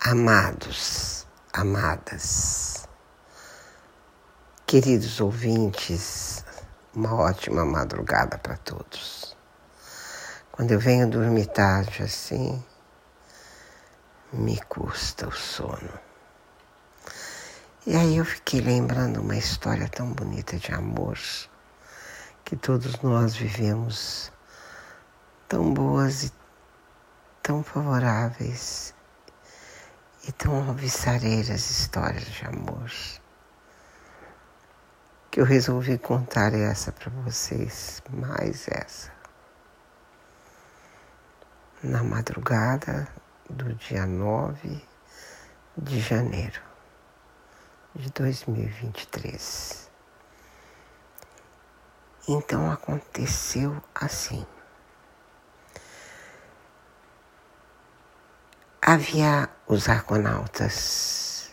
Amados, amadas, queridos ouvintes, uma ótima madrugada para todos. Quando eu venho dormir tarde assim, me custa o sono. E aí eu fiquei lembrando uma história tão bonita de amor, que todos nós vivemos, tão boas e tão favoráveis, e tão alvissareiras histórias de amor, que eu resolvi contar essa para vocês, mais essa. Na madrugada do dia 9 de janeiro de 2023. Então aconteceu assim. Havia os argonautas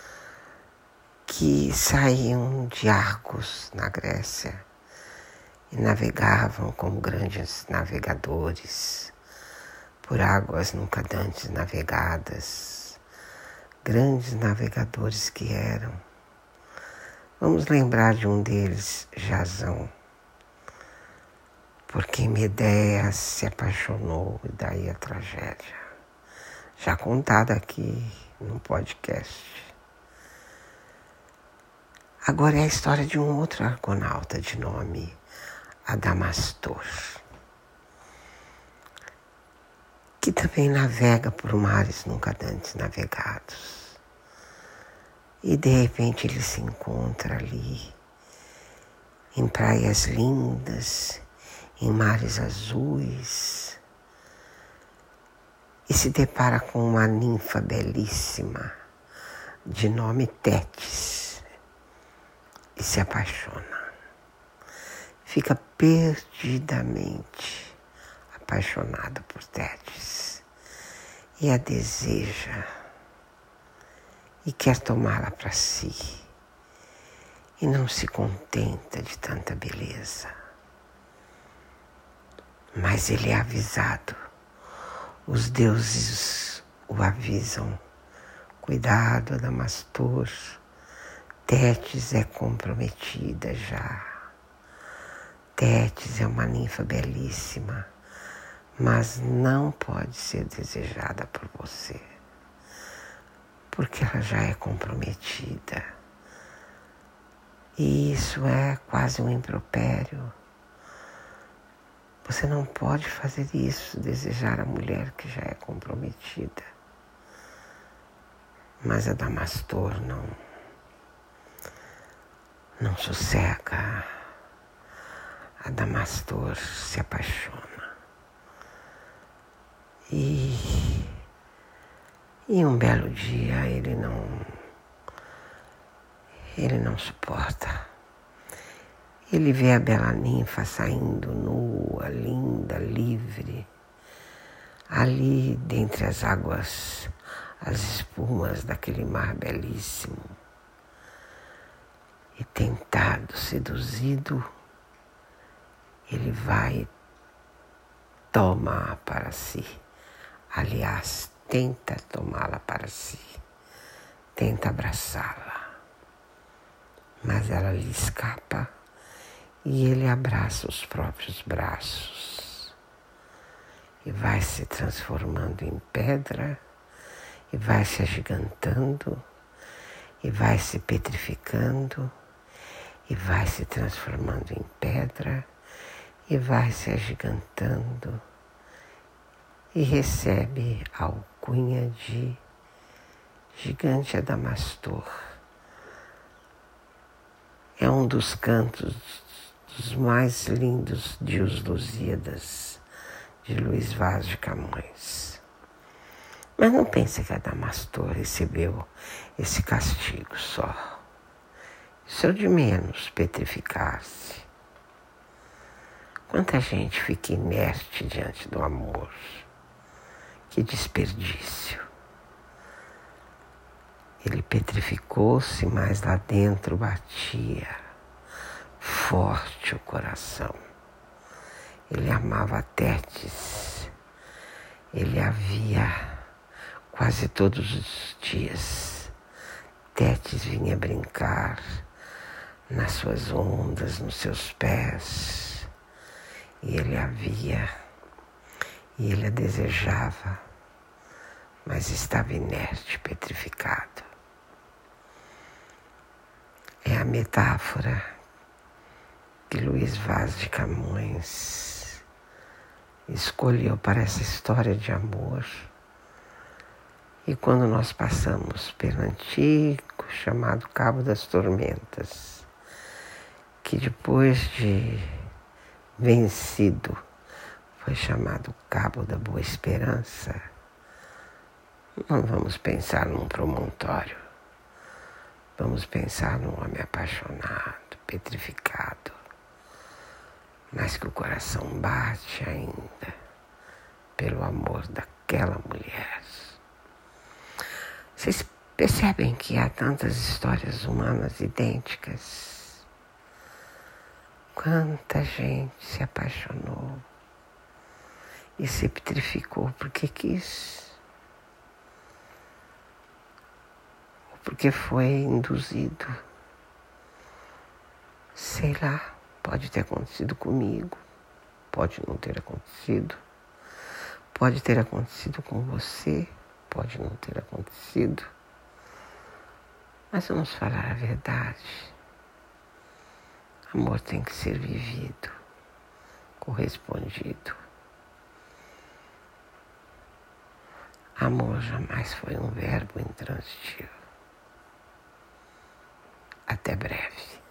que saíam de Argos, na Grécia, e navegavam como grandes navegadores por águas nunca antes navegadas, grandes navegadores que eram. Vamos lembrar de um deles, Jasão, porque Medea se apaixonou e daí a tragédia. Já contada aqui no podcast. Agora é a história de um outro argonauta de nome Adamastor, que também navega por mares nunca antes navegados. E de repente ele se encontra ali, em praias lindas, em mares azuis, e se depara com uma ninfa belíssima, de nome Tétis, e se apaixona. Fica perdidamente apaixonado por Tétis, e a deseja, e quer tomá-la para si, e não se contenta de tanta beleza. Mas ele é avisado. Os deuses o avisam. Cuidado, Adamastor. Tétis é comprometida já. Tétis é uma ninfa belíssima, mas não pode ser desejada por você, porque ela já é comprometida. E isso é quase um impropério. Você não pode fazer isso, desejar a mulher que já é comprometida. Mas Adamastor não sossega. Adamastor se apaixona. E um belo dia ele não suporta. Ele vê a bela ninfa saindo nua, linda, livre, ali dentre as águas, as espumas daquele mar belíssimo. E tentado, seduzido, ele vai e toma-a para si. Aliás, tenta tomá-la para si, tenta abraçá-la, mas ela lhe escapa. E ele abraça os próprios braços e vai se transformando em pedra, e vai se agigantando, e vai se petrificando, e vai se transformando em pedra, e vai se agigantando, e recebe a alcunha de Gigante Adamastor. É um dos cantos dos mais lindos de Os Lusíadas, de Luís Vaz de Camões. Mas não pense que Adamastor recebeu esse castigo só. Isso é o de menos, petrificar-se. Quanta gente fica inerte diante do amor. Que desperdício. Ele petrificou-se, mas lá dentro batia forte o coração. Ele amava Tétis. Ele havia Quase todos os dias, Tétis vinha brincar nas suas ondas, nos seus pés, e ele a via, e ele a desejava, mas estava inerte, petrificado. É a metáfora que Luís Vaz de Camões escolheu para essa história de amor. E quando nós passamos pelo antigo chamado Cabo das Tormentas, que depois de vencido foi chamado Cabo da Boa Esperança, não vamos pensar num promontório, vamos pensar num homem apaixonado, petrificado, mas que o coração bate ainda pelo amor daquela mulher. Vocês percebem que há tantas histórias humanas idênticas? Quanta gente se apaixonou e se petrificou porque quis, ou porque foi induzido. Sei lá, pode ter acontecido comigo, pode não ter acontecido, pode ter acontecido com você, pode não ter acontecido, mas vamos falar a verdade. Amor tem que ser vivido, correspondido. Amor jamais foi um verbo intransitivo. Até breve.